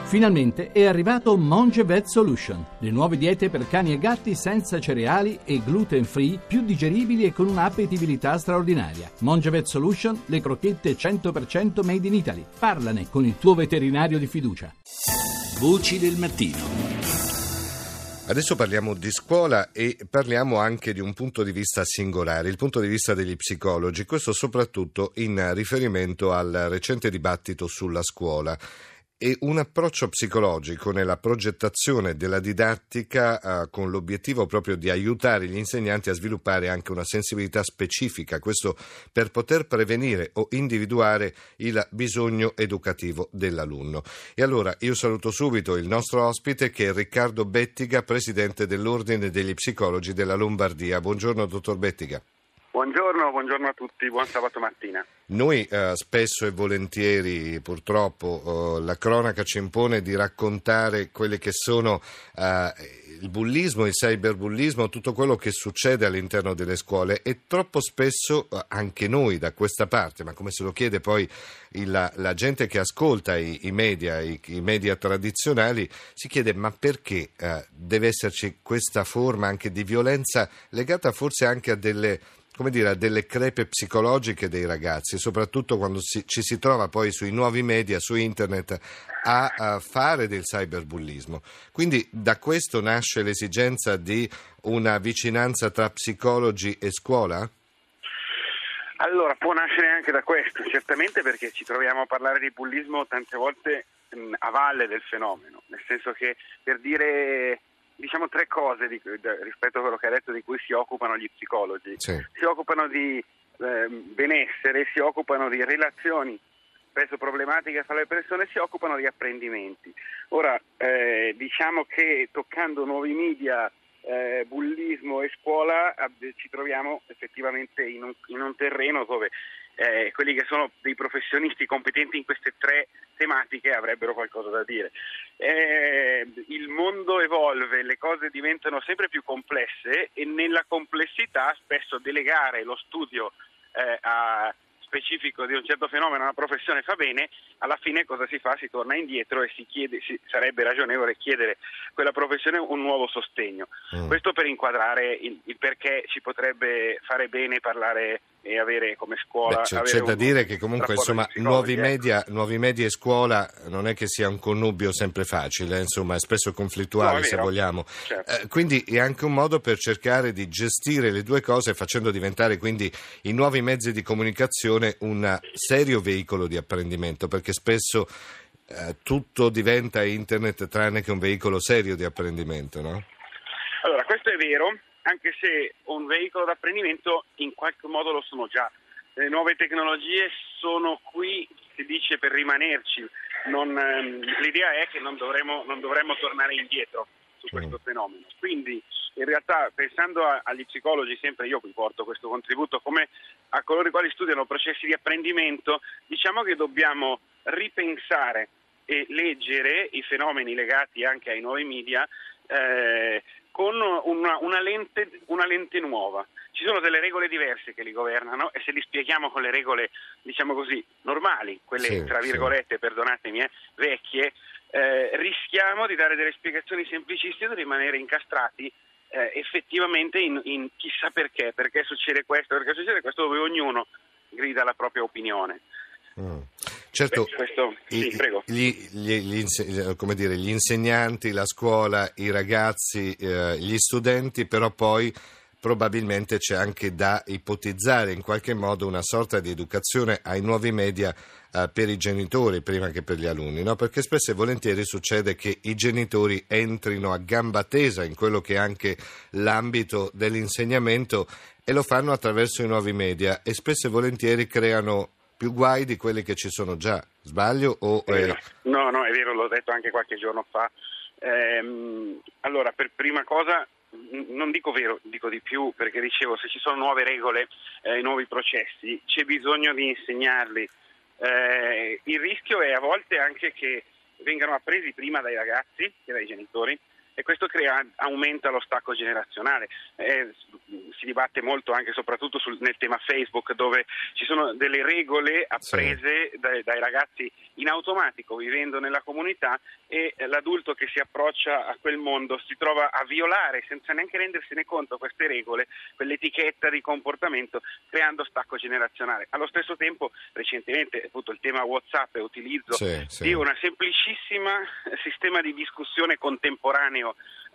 Finalmente è arrivato Monge Vet Solution, le nuove diete per cani e gatti senza cereali e gluten free, più digeribili e con un'appetibilità straordinaria. Monge Vet Solution, le crocchette 100% made in Italy. Parlane con il tuo veterinario di fiducia. Voci del mattino. Adesso parliamo di scuola e parliamo anche di un punto di vista singolare, il punto di vista degli psicologi, questo soprattutto in riferimento al recente dibattito sulla scuola. E un approccio psicologico nella progettazione della didattica con l'obiettivo proprio di aiutare gli insegnanti a sviluppare anche una sensibilità specifica, questo per poter prevenire o individuare il bisogno educativo dell'alunno. E allora io saluto subito il nostro ospite che è Riccardo Bettiga, presidente dell'Ordine degli Psicologi della Lombardia. Buongiorno dottor Bettiga. Buongiorno a tutti, buon sabato mattina. Noi spesso e volentieri, purtroppo, la cronaca ci impone di raccontare quelle che sono il bullismo, il cyberbullismo, tutto quello che succede all'interno delle scuole e troppo spesso anche noi da questa parte, ma come se lo chiede poi la gente che ascolta i media tradizionali, si chiede ma perché deve esserci questa forma anche di violenza legata forse anche a delle crepe psicologiche dei ragazzi, soprattutto quando ci si trova poi sui nuovi media, su internet, a fare del cyberbullismo. Quindi da questo nasce l'esigenza di una vicinanza tra psicologi e scuola? Allora, può nascere anche da questo, certamente, perché ci troviamo a parlare di bullismo tante volte a valle del fenomeno, nel senso che per dire... Diciamo tre cose rispetto a quello che ha detto di cui si occupano gli psicologi. Sì. Si occupano di benessere, si occupano di relazioni spesso problematiche fra le persone, si occupano di apprendimenti. Ora, diciamo che toccando nuovi media, bullismo e scuola ci troviamo effettivamente in un terreno dove quelli che sono dei professionisti competenti in queste tre tematiche avrebbero qualcosa da dire. Il mondo evolve, le cose diventano sempre più complesse e nella complessità spesso delegare lo studio specifico di un certo fenomeno, una professione fa bene, alla fine cosa si fa? Si torna indietro e sarebbe ragionevole chiedere a quella professione un nuovo sostegno. Questo per inquadrare il perché ci potrebbe fare bene parlare e avere come scuola. C'è da dire che comunque insomma nuovi media e scuola non è che sia un connubio sempre facile, insomma è spesso conflittuale, se vogliamo. Certo. Quindi è anche un modo per cercare di gestire le due cose facendo diventare quindi i nuovi mezzi di comunicazione un serio veicolo di apprendimento, perché spesso tutto diventa internet tranne che un veicolo serio di apprendimento, no? Allora, questo è vero, anche se un veicolo d'apprendimento in qualche modo lo sono già. Le nuove tecnologie sono qui, si dice, per rimanerci. L'idea è che non dovremmo tornare indietro su questo fenomeno. Quindi, in realtà, pensando agli psicologi, sempre io vi porto questo contributo, come a coloro i quali studiano processi di apprendimento, diciamo che dobbiamo ripensare e leggere i fenomeni legati anche ai nuovi media con una lente nuova. Ci sono delle regole diverse che li governano e se li spieghiamo con le regole, diciamo così, normali, quelle tra virgolette, perdonatemi, vecchie, rischiamo di dare delle spiegazioni semplicistiche e di rimanere incastrati effettivamente in chissà perché succede questo, dove ognuno grida la propria opinione. Certo, prego. Gli insegnanti, la scuola, i ragazzi, gli studenti, però poi probabilmente c'è anche da ipotizzare in qualche modo una sorta di educazione ai nuovi media per i genitori prima che per gli alunni, no? Perché spesso e volentieri succede che i genitori entrino a gamba tesa in quello che è anche l'ambito dell'insegnamento e lo fanno attraverso i nuovi media e spesso e volentieri creano più guai di quelli che ci sono già. Sbaglio? No, è vero, l'ho detto anche qualche giorno fa. Allora, per prima cosa, non dico vero, dico di più, perché dicevo, se ci sono nuove regole, nuovi processi, c'è bisogno di insegnarli. Il rischio è a volte anche che vengano appresi prima dai ragazzi che dai genitori e questo aumenta lo stacco generazionale. si dibatte molto anche soprattutto nel tema Facebook, dove ci sono delle regole apprese dai ragazzi in automatico vivendo nella comunità, e l'adulto che si approccia a quel mondo si trova a violare senza neanche rendersene conto queste regole, quell'etichetta di comportamento, creando stacco generazionale. Allo stesso tempo recentemente appunto il tema WhatsApp e utilizzo di una semplicissima sistema di discussione contemporaneo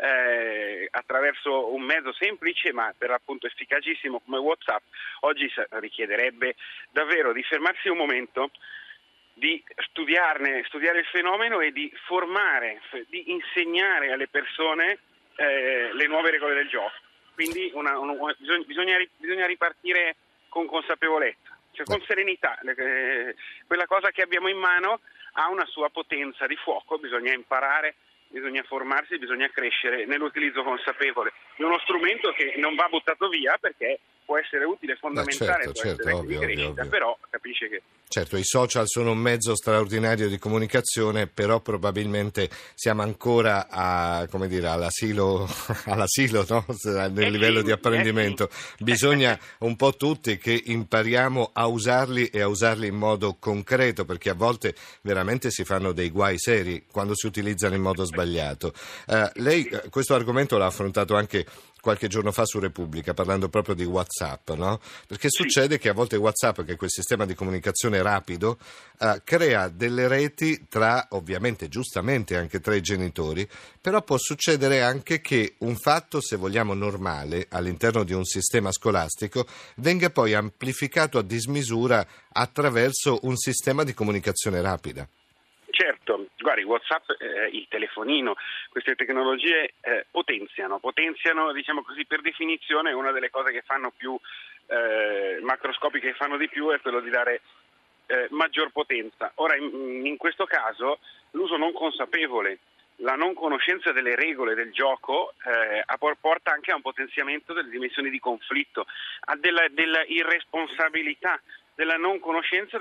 attraverso un mezzo semplice ma per l'appunto efficacissimo come WhatsApp, oggi richiederebbe davvero di fermarsi un momento, di studiare il fenomeno e di formare, di insegnare alle persone le nuove regole del gioco. Quindi bisogna ripartire con consapevolezza, cioè con serenità. Quella cosa che abbiamo in mano ha una sua potenza di fuoco, bisogna imparare, bisogna formarsi, bisogna crescere nell'utilizzo consapevole di uno strumento che non va buttato via, perché può essere utile, fondamentale, ovvio, però capisce che... Certo, i social sono un mezzo straordinario di comunicazione, però probabilmente siamo ancora all'asilo, no? Nel livello di apprendimento. Bisogna un po' tutti che impariamo a usarli e a usarli in modo concreto, perché a volte veramente si fanno dei guai seri quando si utilizzano in modo sbagliato. Lei questo argomento l'ha affrontato anche qualche giorno fa su Repubblica, parlando proprio di WhatsApp, no? Perché succede che a volte WhatsApp, che è quel sistema di comunicazione rapido, crea delle reti tra, ovviamente, giustamente anche tra i genitori, però può succedere anche che un fatto, se vogliamo, normale all'interno di un sistema scolastico venga poi amplificato a dismisura attraverso un sistema di comunicazione rapida. Certo, guardi, WhatsApp, il telefonino, queste tecnologie potenziano, diciamo così, per definizione una delle cose che fanno più macroscopiche, che fanno di più, è quello di dare maggior potenza. Ora, in questo caso, l'uso non consapevole, la non conoscenza delle regole del gioco porta anche a un potenziamento delle dimensioni di conflitto, a della irresponsabilità, della non conoscenza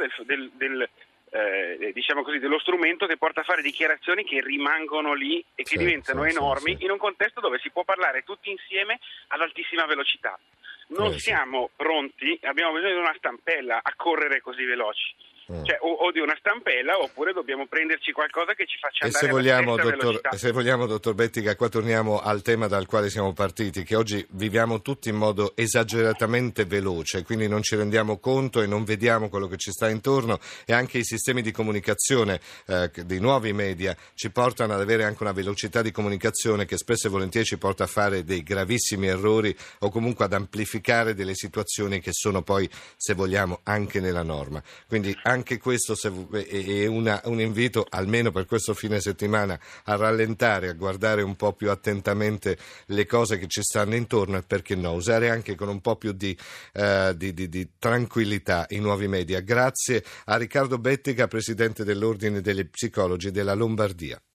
diciamo così, dello strumento che porta a fare dichiarazioni che rimangono lì e che diventano enormi in un contesto dove si può parlare tutti insieme ad altissima velocità. Non siamo pronti, abbiamo bisogno di una stampella a correre così veloci. Cioè, o di una stampella, oppure dobbiamo prenderci qualcosa che ci faccia andare alla stessa velocità. Se vogliamo, dottor Bettiga, qua torniamo al tema dal quale siamo partiti, che oggi viviamo tutti in modo esageratamente veloce, quindi non ci rendiamo conto e non vediamo quello che ci sta intorno, e anche i sistemi di comunicazione dei nuovi media ci portano ad avere anche una velocità di comunicazione che spesso e volentieri ci porta a fare dei gravissimi errori, o comunque ad amplificare delle situazioni che sono poi, se vogliamo, anche nella norma. Quindi anche questo è un invito, almeno per questo fine settimana, a rallentare, a guardare un po' più attentamente le cose che ci stanno intorno, e perché no, usare anche con un po' più di tranquillità i nuovi media. Grazie a Riccardo Bettiga, presidente dell'Ordine degli Psicologi della Lombardia.